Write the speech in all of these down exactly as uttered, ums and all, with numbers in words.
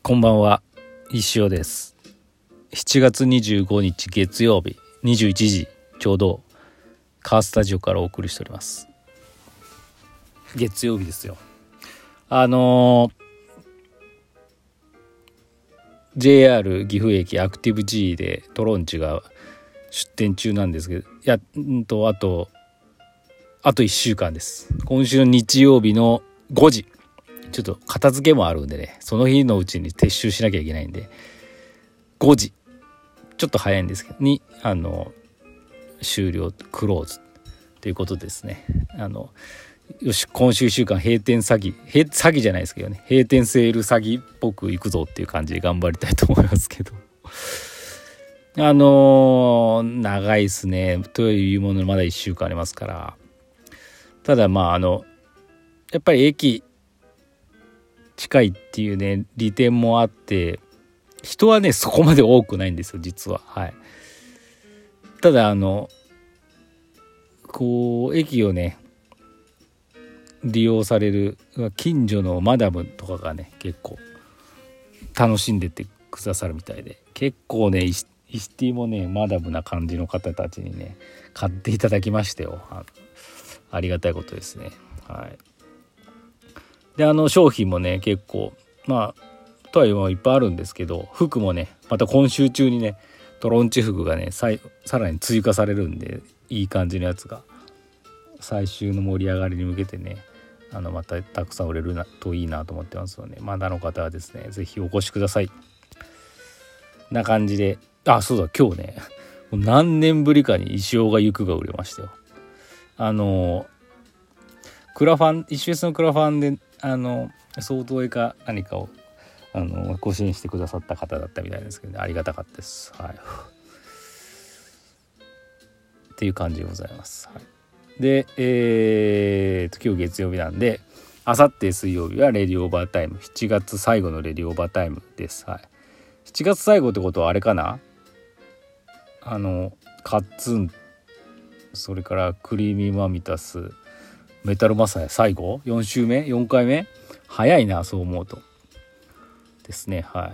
こんばんは、石尾です。しちがつにじゅうごにち月曜日にじゅういちじちょうどカースタジオからお送りしております。月曜日ですよ。あのー、ジェイアール 岐阜駅アクティブ G でトロンチが出店中なんですけど、いやんとあとあといっしゅうかんです。今週の日曜日のごじ、ちょっと片付けもあるんでね、その日のうちに撤収しなきゃいけないんで、ごじちょっと早いんですけどにあの終了クローズということですね。あのよし、今週いっしゅうかん閉店詐欺閉詐欺じゃないですけどね、閉店セール詐欺っぽくいくぞっていう感じで頑張りたいと思いますけどあのー、長いですね。というものでまだいっしゅうかんありますから。ただまああのやっぱり駅近いっていうね利点もあって、人はねそこまで多くないんですよ実は。はい。ただあのこう駅をね利用される近所のマダムとかがね結構楽しんでてくださるみたいで、結構ねイシティもねマダムな感じの方たちにね買っていただきましたよ。 あ, ありがたいことですね。はい。であの商品もね結構まあとはいえいっぱいあるんですけど、服もねまた今週中にねトロンチ服がね さ, さらに追加されるんで、いい感じのやつが最終の盛り上がりに向けてねあのまたたくさん売れるなといいなと思ってますので、まだの方はですねぜひお越しください。な感じで、あそうだ今日ねもう何年ぶりかに石尾が行くが売れましたよ。あのクラファン石尾さんのクラファンであの相当絵か何かをあのご支援してくださった方だったみたいですけど、ね、ありがたかったです。はい。っていう感じでございます。はい、で、えーと今日月曜日なんで、あさって水曜日はレディオーバータイム、しちがつ最後のレディオーバータイムです。はい。しちがつ最後ってことはあれかな、あのカッツン、それからクリーミーマミタス、メタルマサヤ最後よん週目よんかいめ、早いなそう思うとですね。はい。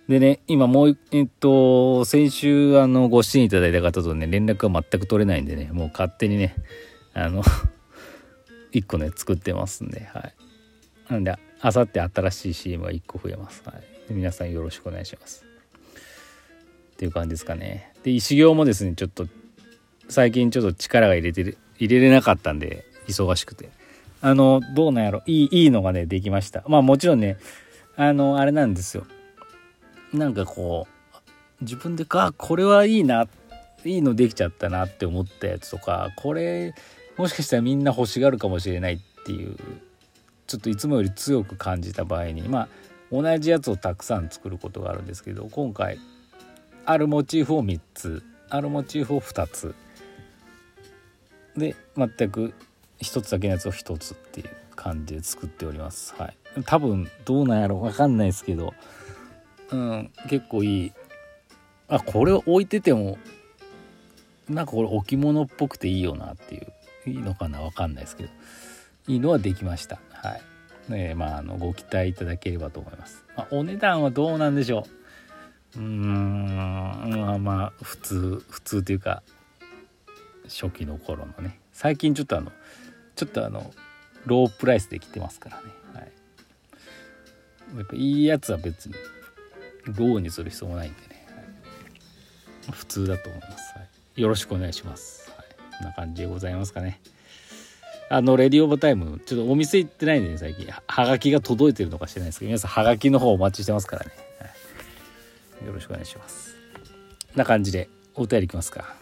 でね今もうえっと先週あのご支援いただいた方とね連絡が全く取れないんでね、もう勝手にねあのいっこね作ってますんで、はい。なんであさって新しい シーエム がいっこ増えます。はい。皆さんよろしくお願いしますっていう感じですかね。で石行もですねちょっと最近ちょっと力が入れてる入れれなかったんで忙しくて、あのどうなんやろ、いいいいのがねできました。まあもちろんねあのあれなんですよ、なんかこう自分でかこれはいいないいのできちゃったなって思ったやつとか、これもしかしたらみんな欲しがるかもしれないっていうちょっといつもより強く感じた場合に、まあ同じやつをたくさん作ることがあるんですけど、今回あるモチーフをみっつ、あるモチーフをふたつで全く一つだけのやつを一つっていう感じで作っております。はい。多分どうなんやろ分かんないですけど、うん、結構いい。あ、これを置いててもなんかこれ置物っぽくていいよなっていう、いいのかな分かんないですけど、いいのはできました。はい。ね、まああのご期待いただければと思います。まあ、お値段はどうなんでしょう。うーん、まあまあ普通普通というか初期の頃のね、最近ちょっとあのちょっとあのロープライスで来てますからね。はい。やっぱいいやつは別にローにする必要もないんでね、はい、普通だと思います。はい、よろしくお願いします。はい、こんな感じでございますかね。あのレディオーバータイムちょっとお店行ってないんでね、最近はがきが届いてるのか知らないですけど、皆さんはがきの方お待ちしてますからね。はい、よろしくお願いします。こんな感じでお便りいきますか。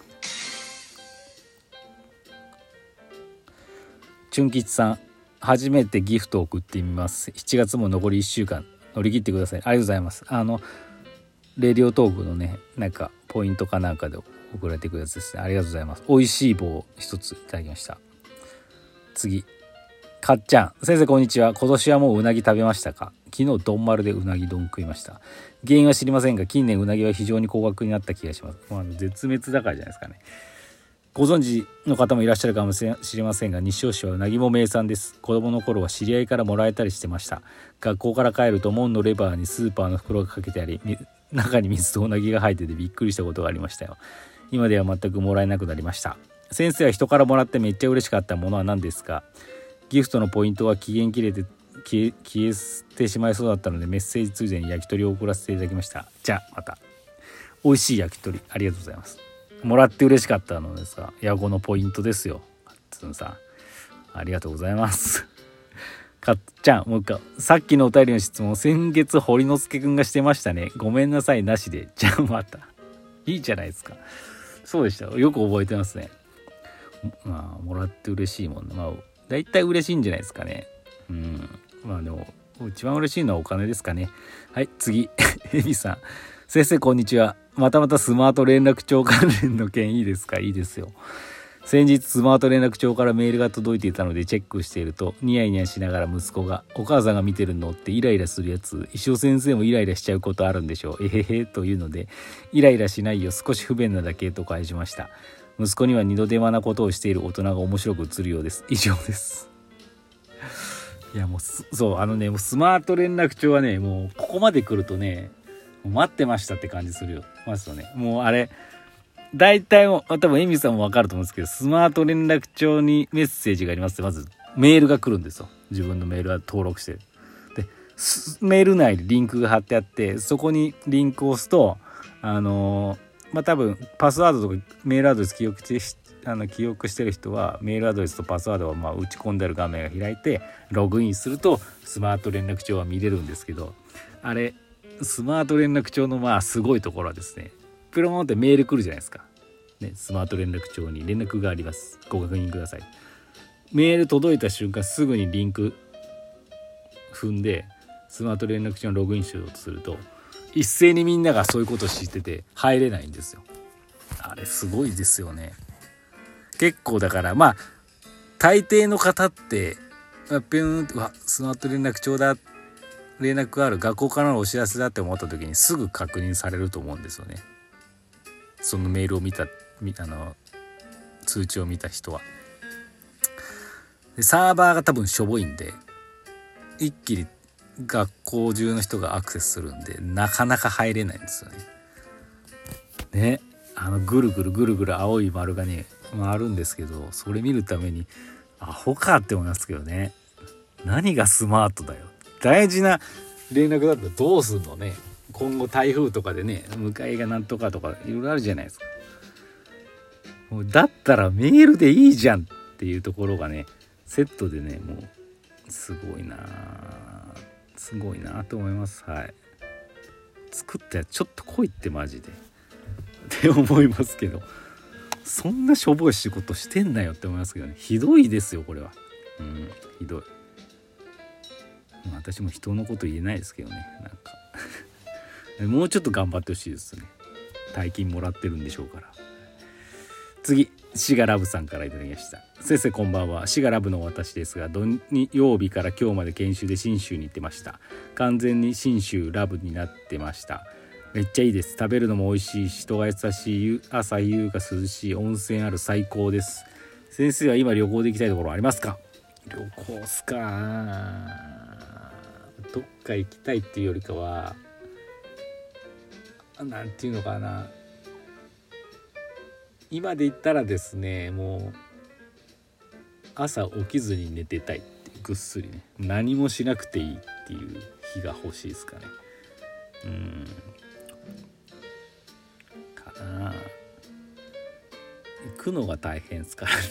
チュン吉さん、初めてギフトを送ってみます。しちがつも残りいっしゅうかん乗り切ってください。ありがとうございます。あのレディオトークのねなんかポイントかなんかで送られてくるやつですね。ありがとうございます。美味しい棒一ついただきました。次、かっちゃん、先生こんにちは。今年はもううなぎ食べましたか？昨日ドンマルでうなぎ丼食いました。原因は知りませんが近年うなぎは非常に高額になった気がします。まあ、絶滅だからじゃないですかね。 ご存知の方もいらっしゃるかもしれませんが、西尾市はうなぎも名産です。子供の頃は知り合いからもらえたりしてました。学校から帰ると門のレバーにスーパーの袋がかけてあり、中に水とうなぎが入っててびっくりしたことがありましたよ。今では全くもらえなくなりました。先生は人からもらってめっちゃ嬉しかったものは何ですか？ギフトのポイントは期限切れて消え、消えてしまいそうだったので、メッセージついでに焼き鳥を送らせていただきました。じゃあまた。美味しい焼き鳥ありがとうございます。もらって嬉しかったのですが、ヤゴのポイントですよ。つんさんありがとうございます。かっちゃん、もう一回さっきのお便りの質問、先月堀之助くんがしてましたね。ごめんなさいなしで。じゃあまた。いいじゃないですか。そうでした。よく覚えてますね。まあもらって嬉しいもんね。まあだいたい嬉しいんじゃないですかね。うん。まあでも一番嬉しいのはお金ですかね。はい、次。エビさん、先生こんにちは。またまたスマート連絡帳関連の件いいですか？いいですよ。先日スマート連絡帳からメールが届いていたのでチェックしていると、ニヤニヤしながら息子が、お母さんが見てるのってイライラするやつ、石尾先生もイライラしちゃうことあるんでしょう、えへへというので、イライラしないよ、少し不便なだけと返しました。息子には二度手間なことをしている大人が面白く映るようです。以上です。いやもうそうあのね、もうスマート連絡帳はね、もうここまで来るとね、待ってましたって感じするよますよね。もうあれ大体も多分エミさんも分かると思うんですけど、スマート連絡帳にメッセージがありますって、まずメールが来るんですよ。自分のメールは登録してる。でメール内にリンクが貼ってあって、そこにリンクを押すと、あのー、まあ多分パスワードとかメールアドレス記憶してあの記憶してる人は、メールアドレスとパスワードをまあ打ち込んである画面が開いてログインするとスマート連絡帳は見れるんですけど、あれスマート連絡帳のまあすごいところはですね、プロモンってメール来るじゃないですか、ね、スマート連絡帳に連絡があります、ご確認ください。メール届いた瞬間すぐにリンク踏んでスマート連絡帳にログインしようとすると、一斉にみんながそういうことを知ってて入れないんですよ。あれすごいですよね。結構だからまあ大抵の方ってピューンとわスマート連絡帳だ、連絡がある、学校からのお知らせだって思った時にすぐ確認されると思うんですよね。そのメールを見た、見たの通知を見た人は。でサーバーが多分しょぼいんで、一気に学校中の人がアクセスするんで、なかなか入れないんですよね。ね、あのぐるぐるぐるぐる青い丸がね回るんですけど、それ見るためにアホかって思いますけどね。何がスマートだよ。大事な連絡だったらどうすんのね。今後台風とかでね、迎えがなんとかとかいろいろあるじゃないですか。もうだったらメールでいいじゃんっていうところがね、セットでね、もうすごいなすごいなと思います。はい。作ったやつちょっと来いってマジでって思いますけど、そんなしょぼい仕事してんなよって思いますけどね。ひどいですよこれは。うん、ひどい。私も人のこと言えないですけどね、なんかもうちょっと頑張ってほしいですね。大金もらってるんでしょうから。次、シガラブさんからいただきました。先生こんばんは。シガラブの私ですが、土曜日から今日まで研修で信州に行ってました。完全に信州ラブになってました。めっちゃいいです。食べるのも美味しいし、人が優しい、朝夕が涼しい、温泉ある、最高です。先生は今旅行で行きたいところありますか？旅行っすか。どっか行きたいっていうよりかは、なんていうのかな、今で言ったらですね、もう朝起きずに寝てたいっていう、ぐっすりね、何もしなくていいっていう日が欲しいですかね。うんかな。行くのが大変ですからね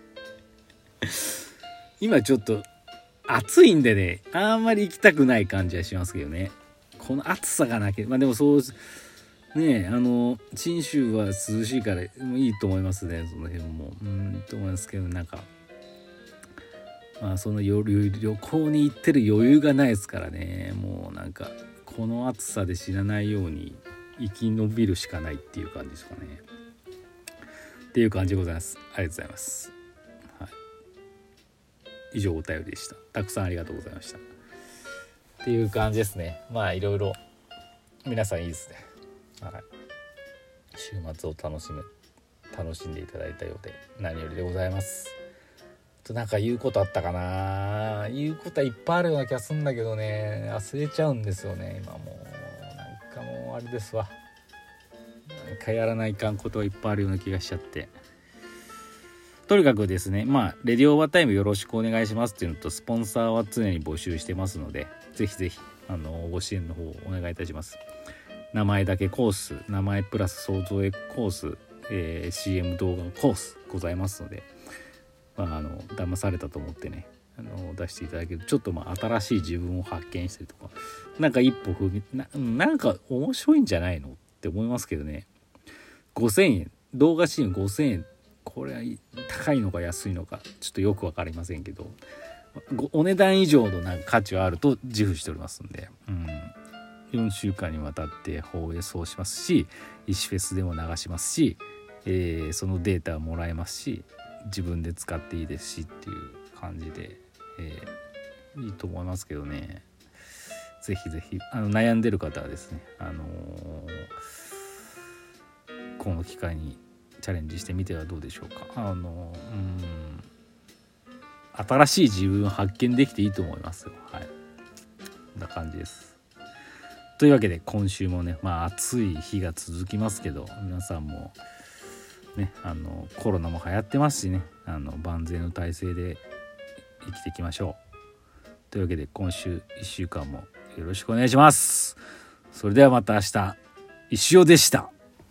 今ちょっと暑いんでね、あんまり行きたくない感じはしますけどね。この暑さがなければ、まあでもそうね、あの信州は涼しいからいいと思いますね。その辺もうんと思いますけど、なんかまあその旅行に行ってる余裕がないですからね。もうなんかこの暑さで死なないように生き延びるしかないっていう感じですかね。っていう感じでございます。ありがとうございます。はい、以上お便りでした。たくさんありがとうございました。っていう感じですね。まあいろいろ皆さんいいですね。はい、週末を楽しめ楽しんでいただいたようで何よりでございます。となんか言うことあったかな。言うことはいっぱいあるような気がするんだけどね、忘れちゃうんですよね今。もうなんかもうあれですわ、なんかやらないかんことはいっぱいあるような気がしちゃって、とにかくですね、まあレディオオーバータイムよろしくお願いしますっていうのと、スポンサーは常に募集してますので、ぜひぜひあのご支援の方をお願いいたします。名前だけコース、名前プラス想像絵コース、えー、シーエム 動画コースございますので、まあ、あの騙されたと思ってね、あの出していただけると、ちょっとまあ新しい自分を発見したりとか、なんか一歩踏み な, なんか面白いんじゃないのって思いますけどね。ごせんえん、動画支援ごせんえん、これは高いのか安いのかちょっとよく分かりませんけど、お値段以上のなんか価値はあると自負しておりますんで、うん、よんしゅうかんにわたって放送しますし、石フェスでも流しますし、えー、そのデータもらえますし、自分で使っていいですしっていう感じで、えー、いいと思いますけどね。ぜひぜひあの悩んでる方はですね、あのー、この機会にチャレンジしてみてはどうでしょうか。あのー、うん新しい自分を発見できていいと思いますよ。はい、こんな感じです。というわけで今週もね、まあ暑い日が続きますけど、皆さんもね、あのコロナも流行ってますしね、あの万全の体制で生きていきましょう。というわけで今週いっしゅうかんもよろしくお願いします。それではまた明日。石尾でした。